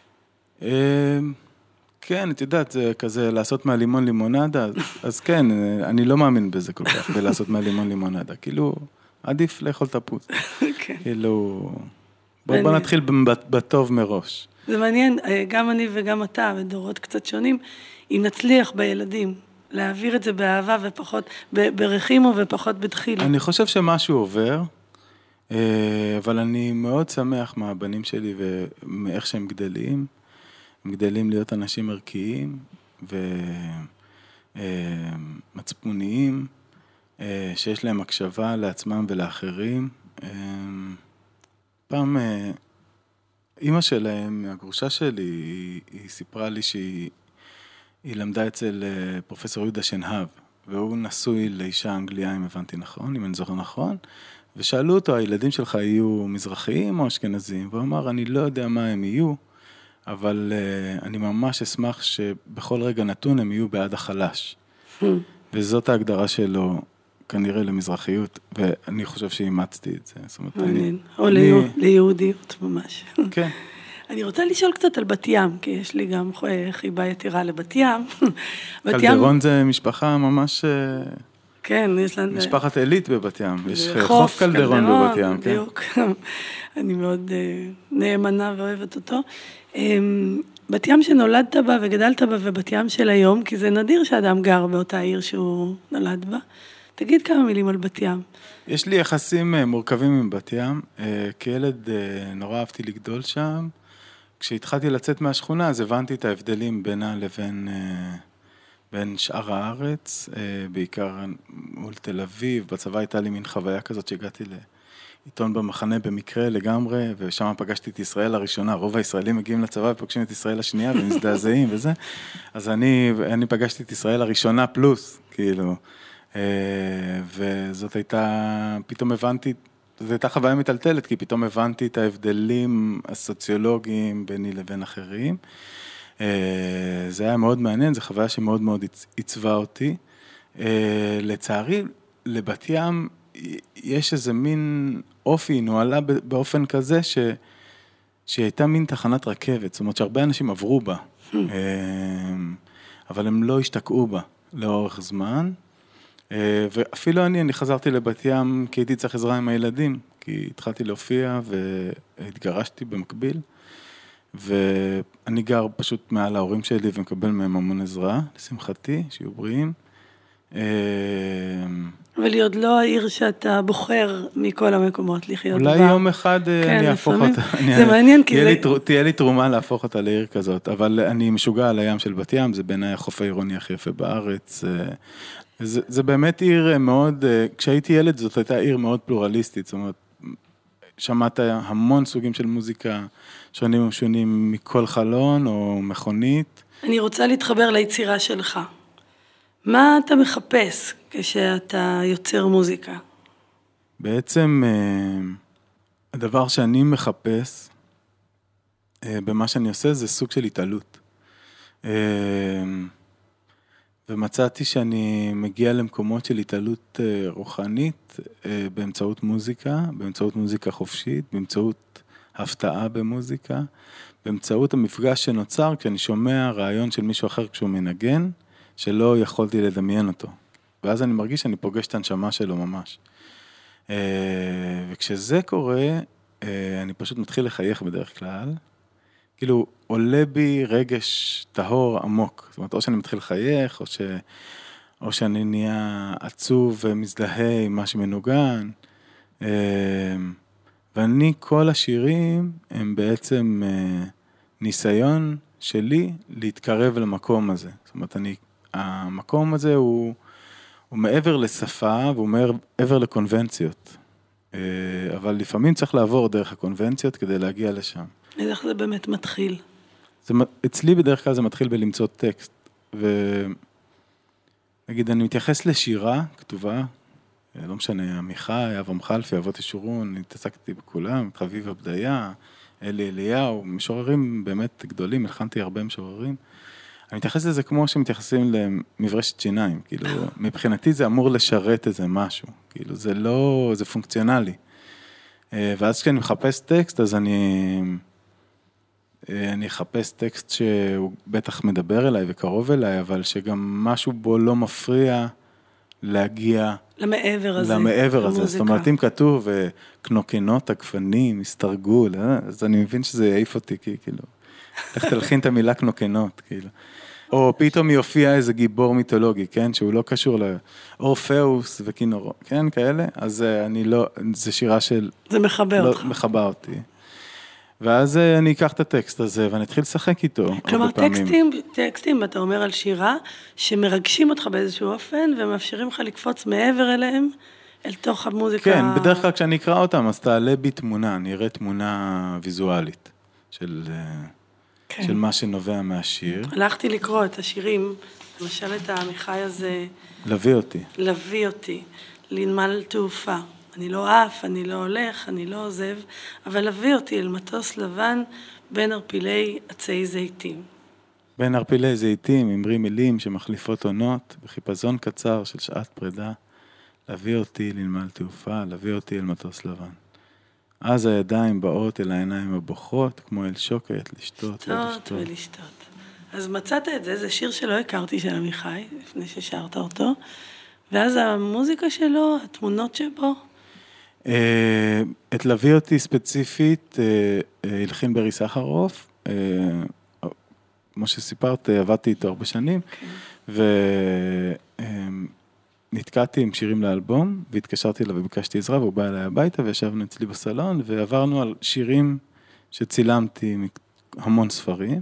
כן, את יודעת, זה כזה לעשות מהלימון לימונדה, אז כן, אני לא מאמין בזה כל כך, בלעשות מהלימון לימונדה, כאילו, עדיף לאכול תפוז. כאילו, בוא נתחיל בטוב מראש. זה מעניין, גם אני וגם אתה, בדורות קצת שונים, אם נצליח בילדים, להעביר את זה באהבה ופחות, ברחימו ופחות בדחילה. אני חושב שמשהו עובר, אבל אני מאוד שמח מהבנים שלי ומאיך שהם גדלים. הם גדלים להיות אנשים ערכיים ומצפוניים, שיש להם הקשבה לעצמם ולאחרים. פעם... אמא שלהם, הגרושה שלי, היא, היא סיפרה לי שהיא היא למדה אצל פרופסור יהודה שנהב, והוא נשוי לאישה אנגליה, אם הבנתי נכון, אם אני זוכר נכון, ושאלו אותו, הילדים שלך יהיו מזרחיים או אשכנזיים? והוא אמר, אני לא יודע מה הם יהיו, אבל uh, אני ממש אשמח שבכל רגע נתון הם יהיו בעד החלש. וזאת ההגדרה שלו, כנראה למזרחיות, ואני חושב שאימצתי את זה. זאת אומרת, אני... או אני... ליהודיות ממש. כן. אני רוצה לשאול קצת על בת ים, כי יש לי גם חיבה יתירה לבת ים. קלדרון ים... זה משפחה ממש... כן, יש לנו... משפחת עילית בבת ים. יש חוף קלדרון בבת ים. בדיוק. אני מאוד נאמנה ואוהבת אותו. בת ים שנולדת בה וגדלת בה, ובת ים של היום, כי זה נדיר שאדם גר באותה עיר שהוא נולד בה. תגיד כמה מילים על בת ים. יש לי יחסים מורכבים עם בת ים. כילד נורא אהבתי לגדול שם. כשהתחלתי לצאת מהשכונה, אז הבנתי את ההבדלים בינה לבין בין שאר הארץ, בעיקר מול תל אביב. בצבא הייתה לי מין חוויה כזאת שהגעתי עיתון במחנה במקרה לגמרי, ושם פגשתי את ישראל הראשונה, רוב הישראלים מגיעים לצבא ופוגשים את ישראל השנייה ומזדעזעים וזה, אז אני, אני פגשתי את ישראל הראשונה פלוס, כאילו, וזאת הייתה, פתאום הבנתי, זו הייתה חוויה מטלטלת, כי פתאום הבנתי את ההבדלים הסוציולוגיים ביני לבין אחרים, זה היה מאוד מעניין, זו חוויה שמאוד מאוד עיצבה אותי, לצערי, לבת ים, יש איזה מין אופי, היא נועלה באופן כזה ש... שהיא הייתה מין תחנת רכבת, זאת אומרת שהרבה אנשים עברו בה, אבל הם לא השתקעו בה לאורך זמן, ואפילו אני, אני חזרתי לבת ים כי הייתי צריך עזרה עם הילדים, כי התחלתי להופיע והתגרשתי במקביל, ואני גר פשוט מעל ההורים שלי ומקבל מהם המון עזרה, לשמחתי, שיהיו בריאים. אבל היא עוד לא העיר שאתה בוחר מכל המקומות לחיות בה. אולי יום אחד אני אהפוך אותה. זה מעניין כי זה... תהיה לי תרומה להפוך אותה לעיר כזאת, אבל אני משוגע על הים של בת ים, זה בעיניי החוף העירוני הכי יפה בארץ. זה, זה באמת עיר מאוד, כשהייתי ילד זאת הייתה עיר מאוד פלורליסטית, זאת אומרת, שמעת המון סוגים של מוזיקה שונים ומשונים מכל חלון או מכונית. אני רוצה להתחבר ליצירה שלך. מה אתה מחפש כשאתה יוצר מוזיקה? בעצם הדבר שאני מחפש במה שאני עושה זה סוג של התעלות. ומצאתי שאני מגיע למקומות של התעלות רוחנית באמצעות מוזיקה, באמצעות מוזיקה חופשית, באמצעות הפתעה במוזיקה, באמצעות המפגש שנוצר כשאני שומע רעיון של מישהו אחר כשהוא מנגן, שלא יכולתי לדמיין אותו. ואז אני מרגיש שאני פוגש את הנשמה שלו ממש. וכשזה קורה, אני פשוט מתחיל לחייך בדרך כלל, כאילו עולה בי רגש טהור עמוק, זאת אומרת, או שאני מתחיל לחייך, או, ש... או שאני נהיה עצוב ומזדהה עם מה שמנוגן, ואני, כל השירים הם בעצם ניסיון שלי להתקרב למקום הזה. זאת אומרת, אני, המקום הזה הוא, הוא מעבר לשפה, והוא מעבר לקונבנציות, אבל לפעמים צריך לעבור דרך הקונבנציות כדי להגיע לשם. איך זה באמת מתחיל? זה, אצלי בדרך כלל זה מתחיל בלמצוא טקסט, ונגיד, אני מתייחס לשירה כתובה, לא משנה, עמיחי, אברהם חלפי, אבות ישורון, התעסקתי בכולם, חביב הבדיה, אלי אליהו, משוררים באמת גדולים, הלחנתי הרבה משוררים. אני מתייחס לזה כמו שמתייחסים למברשת שיניים, כאילו, מבחינתי זה אמור לשרת איזה משהו, כאילו, זה לא, זה פונקציונלי. ואז כשאני מחפש טקסט, אז אני, אני אחפש טקסט שהוא בטח מדבר אליי וקרוב אליי, אבל שגם משהו בו לא מפריע להגיע למעבר הזה. למעבר הזה. זאת אומרת, אם כתוב, קנוקנות הגפנים, הסתרגו, אז אני מבין שזה יעיף אותי, כאילו, איך תלחין את המילה קנוקנות, כאילו. או פתאום יופיע איזה גיבור מיתולוגי, כן, שהוא לא קשור לאורפאוס וכינורו, כן, כאלה, אז אני לא, זה שירה של... זה מחבר לא, אותך. מחבר אותי. ואז אני אקח את הטקסט הזה, ואני אתחיל לשחק איתו. כלומר, טקסטים, טקסטים, אתה אומר על שירה, שמרגשים אותך באיזשהו אופן, ומאפשרים לך לקפוץ מעבר אליהם, אל תוך המוזיקה. כן, בדרך כלל כשאני אקרא אותם, אז תעלה בי תמונה, אני אראה תמונה ויזואלית, של, כן. של מה שנובע מהשיר. הלכתי לקרוא את השירים, למשל את העמיחי הזה. להביא אותי. להביא אותי, לנמל תעופה. אני לא עף, אני לא הולך, אני לא עוזב, אבל להביא אותי אל מטוס לבן בין ערפילי עצי זיתים. בין ערפילי זיתים, אמרי מילים שמחליפות עונות, בחיפזון קצר של שעת פרידה, להביא אותי לנמל תעופה, להביא אותי אל מטוס לבן. אז הידיים באות אל העיניים הבוחרות, כמו אל שוקת, לשתות ולשתות. לשתות ולשתות. אז מצאת את זה, זה שיר שלא הכרתי של עמיחי, לפני ששרת אותו, ואז המוזיקה שלו, התמונות שבו, את להביא אותי ספציפית, הלחין ברי סחרוף, כמו שסיפרת, עבדתי איתו הרבה שנים, ונתקעתי עם שירים לאלבום, והתקשרתי אליו וביקשתי עזרה, והוא בא אליי הביתה, וישבנו אצלי בסלון, ועברנו על שירים שצילמתי המון ספרים,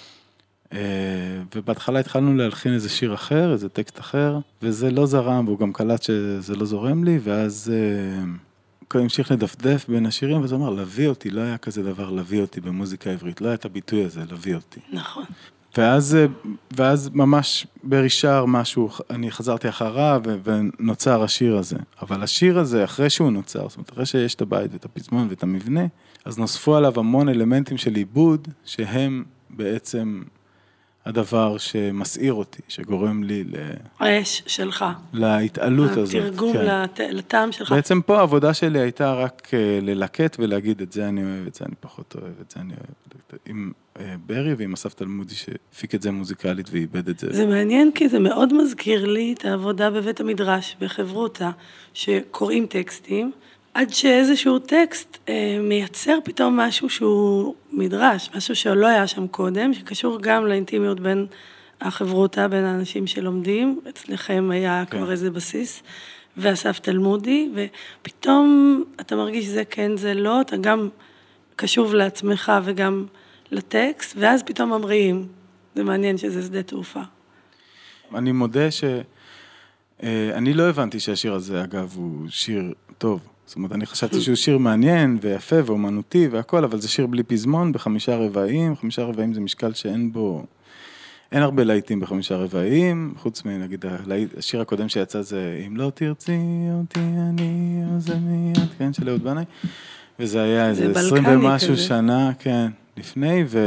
ובהתחלה התחלנו להלחין איזה שיר אחר, איזה טקסט אחר, וזה לא זרם, והוא גם קלט שזה לא זורם לי, ואז המשיך לדפדף בין השירים, ואז אמר, להביא אותי, לא היה כזה דבר, להביא אותי במוזיקה העברית, לא היה את הביטוי הזה, להביא אותי. נכון. ואז, ואז ממש ברי שר משהו, אני חזרתי אחריו, ונוצר השיר הזה. אבל השיר הזה, אחרי שהוא נוצר, זאת אומרת, אחרי שיש את הבית ואת הפזמון ואת המבנה, אז נוספו עליו המון אלמנטים של עיבוד, שהם בעצם הדבר שמסעיר אותי, שגורם לי ל... האש שלך. להתעלות הזאת. התרגום כן. לת... לטעם שלך. בעצם פה העבודה שלי הייתה רק ללקט ולהגיד את זה אני אוהב, את זה אני פחות אוהב, את זה אני אוהב. עם ברי ועם אסף תלמודי שהפיק את זה מוזיקלית ואיבד את זה. זה מעניין כי זה מאוד מזכיר לי את העבודה בבית המדרש, בחברותה, שקוראים טקסטים, עד שאיזשהו טקסט אה, מייצר פתאום משהו שהוא מדרש, משהו שלא היה שם קודם, שקשור גם לאינטימיות בין החברותה, בין האנשים שלומדים, אצלכם היה כן. כבר איזה בסיס, ואסף תלמודי, ופתאום אתה מרגיש שזה כן, זה לא, אתה גם קשוב לעצמך וגם לטקסט, ואז פתאום ממריאים. זה מעניין שזה שדה תעופה. אני מודה ש... אני לא הבנתי שהשיר הזה, אגב, הוא שיר טוב. זאת אומרת, אני חשבתי שהוא שיר מעניין ויפה ואומנותי והכל, אבל זה שיר בלי פזמון, בחמישה רבעים. חמישה רבעים זה משקל שאין בו... אין הרבה להיטים בחמישה רבעים, חוץ מנגיד, השיר הקודם שיצא זה, אם לא תרצי אותי, אני עוזב מיד, כן, של אהוד בנאי. וזה היה איזה עשרים ומשהו שנה, כן, לפני, ו...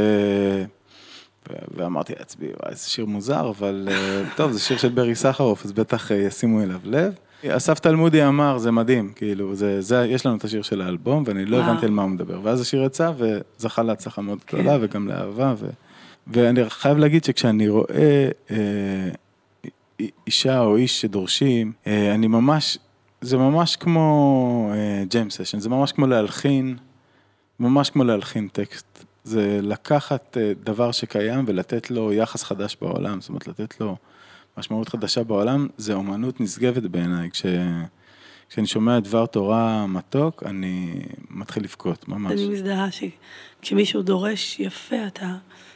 ואמרתי לעצמי, איזה שיר מוזר, אבל טוב, זה שיר של ברי סחרוף, אז בטח ישימו אליו לב. אסף תלמודי אמר, זה מדהים, כאילו, זה, זה, יש לנו את השיר של האלבום, ואני לא הבנתי על מה הוא מדבר. ואז השיר יצא, וזכה להצלחה מאוד גדולה, וגם לאהבה, ו... ואני חייב להגיד שכשאני רואה אה, אישה או איש שדורשים, אה, אני ממש, זה ממש כמו ג'יימס סשן, זה ממש כמו להלחין, ממש כמו להלחין טקסט. זה לקחת אה, דבר שקיים ולתת לו יחס חדש בעולם, זאת אומרת, לתת לו משמעות חדשה בעולם, זה אומנות נשגבת בעיניי. כש, כשאני שומע דבר תורה מתוק, אני מתחיל לבכות, ממש. אני מזדהה שכשמישהו דורש יפה, אתה...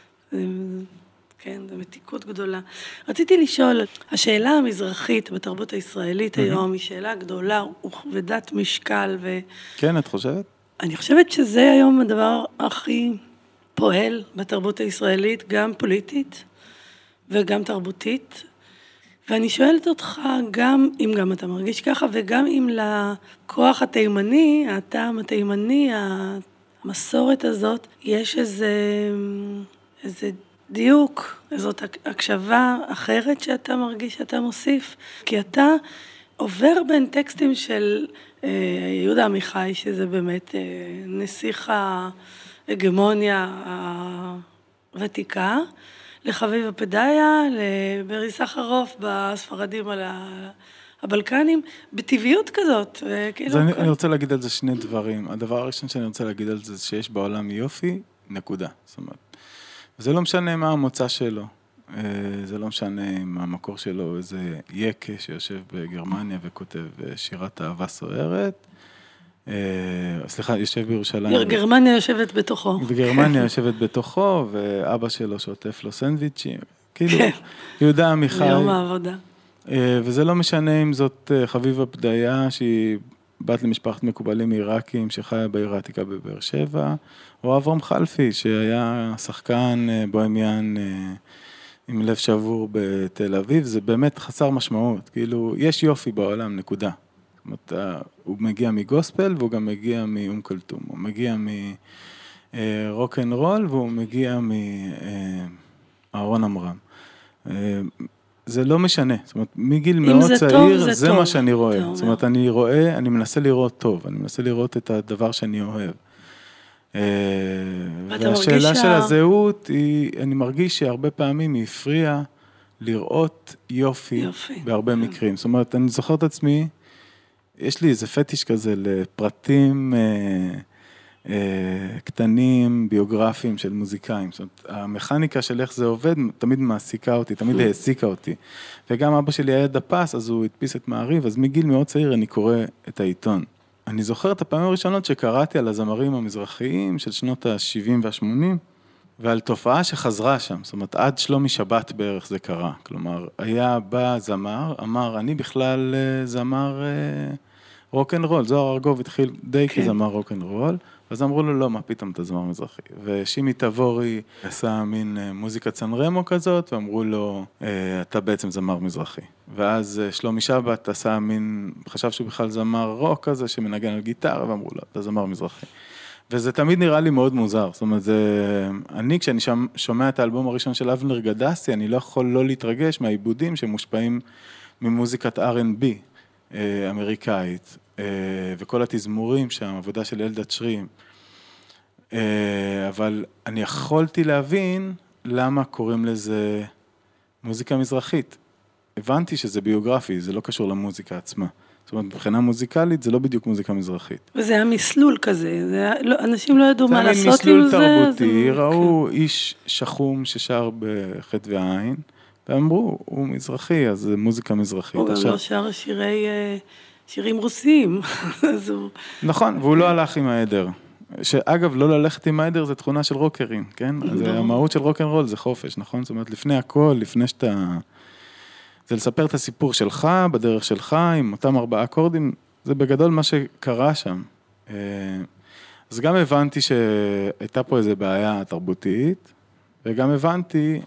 כן, זו מתיקות גדולה. רציתי לשאול, השאלה המזרחית בתרבות הישראלית היום היא שאלה גדולה וכבדת משקל. ו... כן, את חושבת? אני חושבת שזה היום הדבר הכי פועל בתרבות הישראלית, גם פוליטית וגם תרבותית. ואני שואלת אותך גם, אם גם אתה מרגיש ככה, וגם אם לכוח התימני, הטעם התימני, המסורת הזאת, יש איזה... איזה דיוק, איזאת הקשבה אחרת שאתה מרגיש שאתה מוסיף, כי אתה עובר בין טקסטים של אה, יהודה עמיחי, שזה באמת אה, נסיך ההגמוניה הוותיקה, לחביבה פדיה, לברי סחרוף בספרדים על הבלקנים, בטבעיות כזאת. וכאילו אני, אני רוצה להגיד על זה שני דברים. הדבר הראשון שאני רוצה להגיד על זה, שיש בעולם יופי, נקודה. זאת אומרת, זה לא משנה מה המוצא שלו, זה לא משנה מה המקור שלו, איזה יקה שיושב בגרמניה וכותב שירת אהבה סוערת, סליחה, יושב בירושלים. גרמניה יושבת בתוכו. וגרמניה יושבת בתוכו, ואבא שלו שוטף לו סנדוויצ'ים, כאילו, יהודה עמיחי. ביום העבודה. וזה לא משנה אם זאת חביבה פדיה, שהיא בת למשפחת מקובלים עיראקים, שחיה בעיר העתיקה בבאר שבע, או אברהם חלפי, שהיה שחקן בוהמיין עם לב שבור בתל אביב, זה באמת חסר משמעות, כאילו, יש יופי בעולם, נקודה. זאת אומרת, הוא מגיע מגוספל, והוא גם מגיע מאום כלתום, הוא מגיע מרוק אנד רול, והוא מגיע מאהרון עמרם. זה לא משנה, זאת אומרת, מגיל מאוד צעיר, זה, זה מה שאני רואה. זאת אומרת, אני רואה, אני מנסה לראות טוב, אני מנסה לראות את הדבר שאני אוהב. והשאלה של הזהות, היא, אני מרגיש שהרבה פעמים היא הפריעה לראות יופי, יופי. בהרבה מקרים. זאת אומרת, אני זוכר את עצמי, יש לי איזה פטיש כזה לפרטים קטנים, ביוגרפיים של מוזיקאים. זאת אומרת, המכניקה של איך זה עובד תמיד מעסיקה אותי, תמיד העסיקה אותי. וגם אבא שלי היה דפס, אז הוא הדפיס את מעריב, אז מגיל מאוד צעיר אני קורא את העיתון. אני זוכר את הפעמים הראשונות שקראתי על הזמרים המזרחיים של שנות ה-שבעים וה-שמונים, ועל תופעה שחזרה שם, זאת אומרת, עד שלומי שבת בערך זה קרה. כלומר, היה בא זמר, אמר, אני בכלל זמר רוק אנד רול, זוהר ארגוב התחיל די כן. כזמר רוק אנד רול, אז אמרו לו, לא, מה פתאום אתה זמר מזרחי? ושימי תבורי עשה מין מוזיקת סן רמו כזאת, ואמרו לו, אתה בעצם זמר מזרחי. ואז שלומי שבת עשה מין, חשב שהוא בכלל זמר רוק כזה, שמנגן על גיטרה, ואמרו לו, אתה זמר מזרחי. וזה תמיד נראה לי מאוד מוזר, זאת אומרת, זה... אני, כשאני שומע את האלבום הראשון של אבנר גדסי, אני לא יכול לא להתרגש מהעיבודים שמושפעים ממוזיקת אר אנד בי אמריקאית, וכל התזמורים שם, עבודה של אלדד שרים. אבל אני יכולתי להבין למה קוראים לזה מוזיקה מזרחית. הבנתי שזה ביוגרפי, זה לא קשור למוזיקה עצמה. זאת אומרת, מבחינה מוזיקלית, זה לא בדיוק מוזיקה מזרחית. וזה היה מסלול כזה, זה היה, לא, אנשים לא ידעו מה לעשות עם זה. זה היה מסלול תרבותי, זה... ראו כן. איש שחום ששר בחטא ועין, ואמרו, הוא מזרחי, אז זה מוזיקה מזרחית. הוא עכשיו... גם לא שר שירי, שירים רוסיים. הוא... נכון, והוא לא הלך עם העדר. שאגב, לא ללכת עם העדר זה תכונה של רוקרים, כן? אז המהות של רוק אנד רול זה חופש, נכון? זאת אומרת, לפני הכל, לפני שאתה... זה לספר את הסיפור שלך, בדרך שלך, עם אותם ארבעה אקורדים, זה בגדול מה שקרה שם. אז גם הבנתי שהייתה פה איזו בעיה תרבותית, וגם הבנתי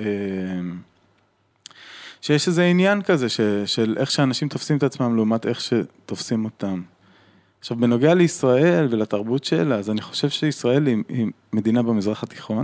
שיש איזה עניין כזה, של איך שאנשים תופסים את עצמם, לעומת איך שתופסים אותם. עכשיו, בנוגע לישראל ולתרבות שלה, אז אני חושב שישראל היא מדינה במזרח התיכון.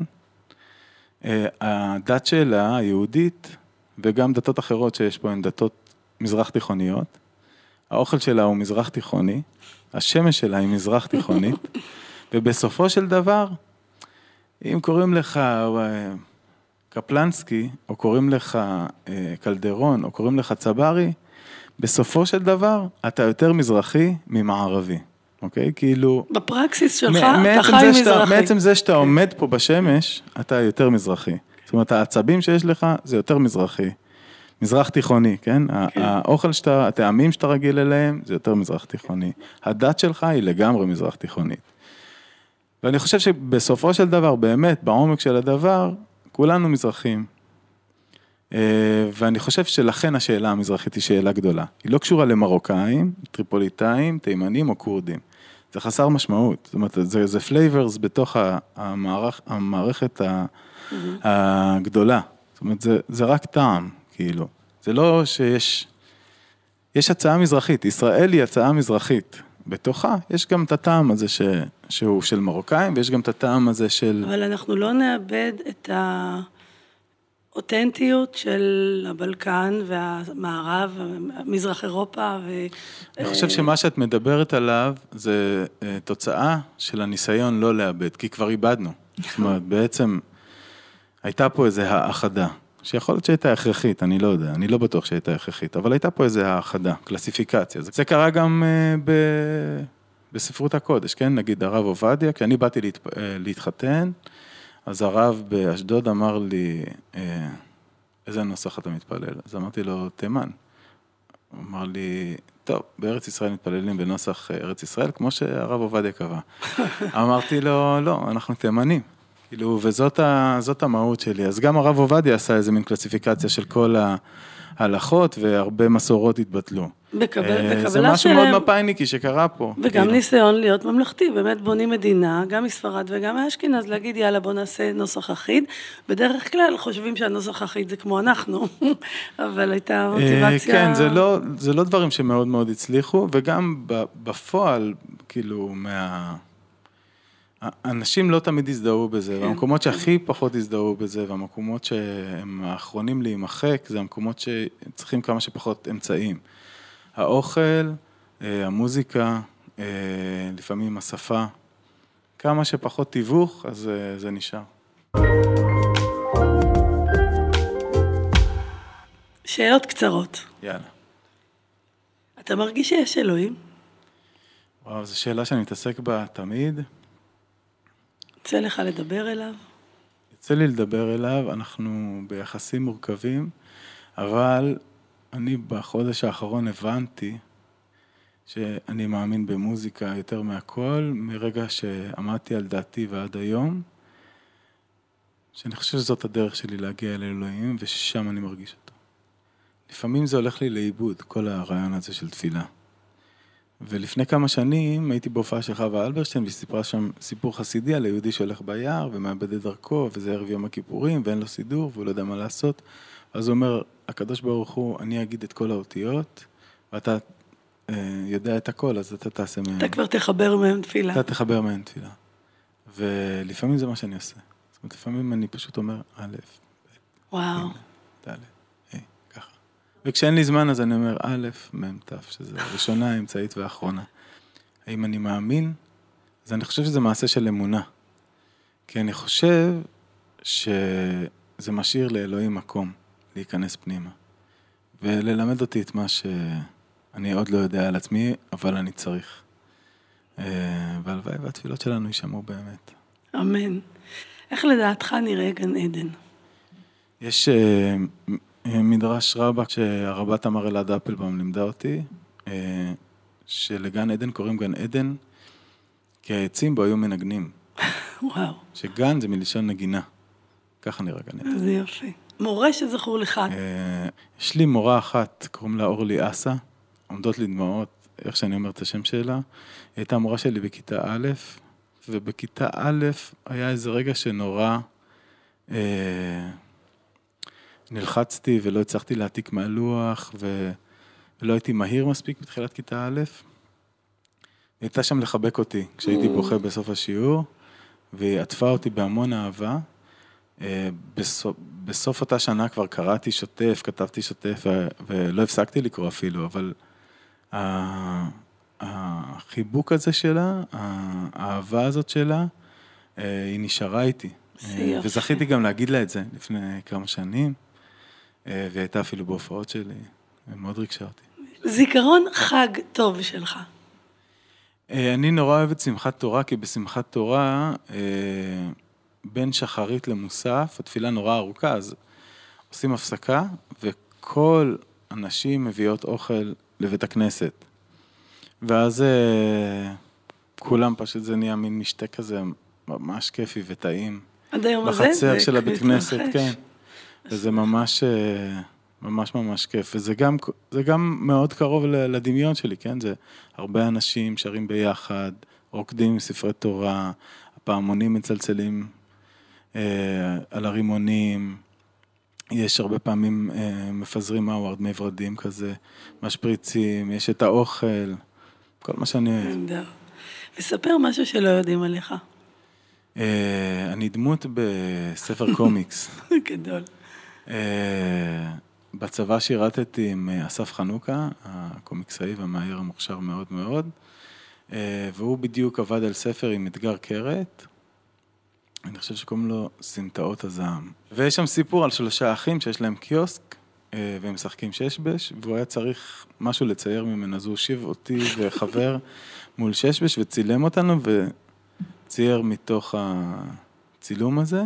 הדת שלה, היהודית, וגם דתות אחרות שיש פה הן דתות מזרח תיכוניות. האוכל שלה הוא מזרח תיכוני, השמש שלה היא מזרח תיכונית, ובסופו של דבר, אם קוראים לך קפלנסקי, או קוראים לך קלדרון, או קוראים לך צברי, בסופו של דבר, אתה יותר מזרחי ממערבי. אוקיי? כאילו... בפרקסיס שלך, אתה חי מזרחי. מעצם זה שאתה עומד פה בשמש, אתה יותר מזרחי. זאת אומרת, העצבים שיש לך, זה יותר מזרחי. מזרח תיכוני, כן? כן. האוכל שאתה, הטעמים שאתה רגיל אליהם, זה יותר מזרח תיכוני. הדת שלך היא לגמרי מזרח תיכונית. ואני חושב שבסופו של דבר, באמת, בעומק של הדבר, כולנו מזרחים. ואני חושב שלכן השאלה המזרחית היא שאלה גדולה. היא לא קשורה למרוקאים, טריפוליטאים, תימנים או קורדים. זה חסר משמעות. זאת אומרת, זה, זה flavors בתוך המערכ, המערכת הגדולה. זאת אומרת, זה, זה רק טעם, כאילו. זה לא שיש, יש הצעה מזרחית. ישראל היא הצעה מזרחית. בתוכה יש גם את הטעם הזה ש, שהוא של מרוקאים, ויש גם את הטעם הזה של... אבל אנחנו לא נאבד את ה... אותנטיות של הבלקן והמערב, מזרח אירופה. ו... אני חושב שמה שאת מדברת עליו זה תוצאה של הניסיון לא לאבד, כי כבר איבדנו. זאת אומרת, בעצם הייתה פה איזו האחדה, שיכול להיות שהייתה הכרחית, אני לא יודע, אני לא בטוח שהייתה הכרחית, אבל הייתה פה איזו האחדה, קלסיפיקציה. זה קרה גם ב... בספרות הקודש, כן? נגיד הרב עובדיה, כשאני באתי להת... להתחתן, אז הרב באשדוד אמר לי, איזה נוסח אתה מתפלל? אז אמרתי לו, תימן. הוא אמר לי, טוב, בארץ ישראל מתפללים בנוסח ארץ ישראל, כמו שהרב עובדיה קבע. אמרתי לו, לא, אנחנו תימנים. כאילו, וזאת ה, זאת המהות שלי. אז גם הרב עובדיה עשה איזה מין קלסיפיקציה של כל ההלכות, והרבה מסורות התבטלו. בקבלה זה משהו מאוד מפאיניקי שקרה פה. וגם ניסיון להיות ממלכתי, באמת בונים מדינה, גם מספרד וגם מאשכנז, להגיד יאללה בוא נעשה נוסח אחיד, בדרך כלל חושבים שהנוסח אחיד זה כמו אנחנו, אבל הייתה מוטיבציה... כן, זה לא, זה לא דברים שמאוד מאוד הצליחו, וגם בפועל, כאילו, מה... אנשים לא תמיד הזדהו בזה, והמקומות שהכי פחות הזדהו בזה, והמקומות שהם האחרונים להימחק, זה המקומות שצריכים כמה שפחות אמצעים. האוכל, המוזיקה, לפעמים השפה, כמה שפחות תיווך, אז זה נשאר. שאלות קצרות. יאללה. אתה מרגיש שיש אלוהים? וואו, זו שאלה שאני מתעסק בה תמיד. יצא לך לדבר אליו? יצא לי לדבר אליו, אנחנו ביחסים מורכבים, אבל אני בחודש האחרון הבנתי שאני מאמין במוזיקה יותר מהכל, מרגע שעמדתי על דעתי ועד היום, שאני חושב שזאת הדרך שלי להגיע אל אלוהים, וששם אני מרגיש אותו. לפעמים זה הולך לי לאיבוד, כל הרעיון הזה של תפילה. ולפני כמה שנים הייתי בהופעה של חווה אלברשטיין, והיא סיפרה שם סיפור חסידי על היהודי שהולך ביער ומאבד את דרכו, וזה ערב יום הכיפורים, ואין לו סידור, והוא לא יודע מה לעשות. אז הוא אומר, הקדוש ברוך הוא, אני אגיד את כל האותיות, ואתה אה, יודע את הכל, אז אתה תעשה מהם. אתה כבר תחבר מהם תפילה. אתה תחבר מהם תפילה. ולפעמים זה מה שאני עושה. זאת אומרת, לפעמים אני פשוט אומר, א', ב', וואו. ד', ה', ככה. וכשאין לי זמן, אז אני אומר, א', מ', ת', שזה הראשונה, האמצעית והאחרונה. האם אני מאמין? אז אני חושב שזה מעשה של אמונה. כי אני חושב שזה משאיר לאלוהים מקום להיכנס פנימה. וללמד אותי את מה שאני עוד לא יודע על עצמי, אבל אני צריך. והלוואי והתפילות שלנו יישמעו באמת. אמן. איך לדעתך נראה גן עדן? יש מדרש רבה שהרבת אמר אלעד אפלבאום לימדה אותי, שלגן עדן קוראים גן עדן, כי העצים בו היו מנגנים. וואו. שגן זה מלשון נגינה. ככה נראה גן עדן. זה יופי. מורה שזכור לך. יש לי מורה אחת, קוראים לה אורלי אסה, עומדות לי דמעות, איך שאני אומר את השם שלה. היא הייתה מורה שלי בכיתה א', ובכיתה א' היה איזה רגע שנורא אה, נלחצתי ולא הצלחתי להעתיק מהלוח, ו, ולא הייתי מהיר מספיק בתחילת כיתה א'. היא הייתה שם לחבק אותי כשהייתי בוכה בסוף השיעור, והיא עטפה אותי בהמון אהבה. אה, בסוף, בסוף אותה שנה כבר קראתי שוטף, כתבתי שוטף, ו, ולא הפסקתי לקרוא אפילו, אבל ה... החיבוק הזה שלה, האהבה הזאת שלה, היא נשארה איתי. וזכיתי גם להגיד לה את זה לפני כמה שנים, והיא הייתה אפילו בהופעות שלי, ומאוד ריגשה אותי. זיכרון חג טוב שלך. אני נורא אוהב את שמחת תורה, כי בשמחת תורה, בין שחרית למוסף, התפילה נורא ארוכה, אז עושים הפסקה, וכל הנשים מביאות אוכל לבית הכנסת. ואז כולם פשוט זה נהיה מין משתה כזה ממש כיפי וטעים. עד היום הזה? בחצר של הבית כנסת, כן. וזה ממש, ממש ממש כיף. וזה גם, זה גם מאוד קרוב לדמיון שלי, כן? זה הרבה אנשים שרים ביחד, רוקדים עם ספרי תורה, הפעמונים מצלצלים על הרימונים, יש הרבה פעמים מפזרים מאווארד, מי ורדים כזה, משפריצים, יש את האוכל, כל מה שאני אוהב. וספר משהו שלא יודעים עליך. אני דמות בספר קומיקס. גדול. בצבא שירתתי עם אסף חנוכה, הקומיקסאי והמאייר המוכשר מאוד מאוד, והוא בדיוק עבד על ספר עם אתגר קרת, אני חושב שקוראים לו סמטאות הזעם. ויש שם סיפור על שלושה אחים שיש להם קיוסק, והם משחקים ששבש, והוא היה צריך משהו לצייר ממנו, אז הוא הושיב אותי וחבר מול ששבש, וצילם אותנו, וצייר מתוך הצילום הזה.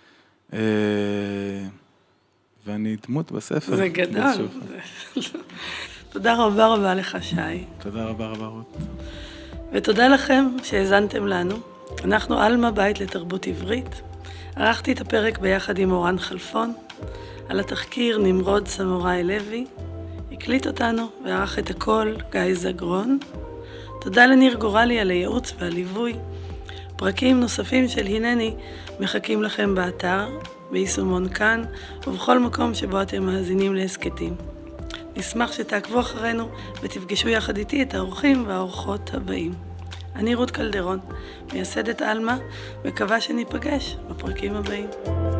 ואני דמות בספר. זה גדול. תודה רבה רבה לך, שי. תודה רבה רבה רות. ותודה לכם שהאזנתם לנו. אנחנו אלמה, בית לתרבות עברית. ערכתי את הפרק ביחד עם אורן חלפון. על התחקיר נמרוד סמוראי לוי. הקליט אותנו וערך את הכל גיא זגרון. תודה לניר גורלי על הייעוץ והליווי. פרקים נוספים של הנני מחכים לכם באתר, ביישומון כאן ובכל מקום שבו אתם מאזינים להסקטים. נשמח שתעקבו אחרינו ותפגשו יחד איתי את האורחים והאורחות הבאים. אני רות קלדרון, מייסדת אלמה, מקווה שניפגש בפרקים הבאים.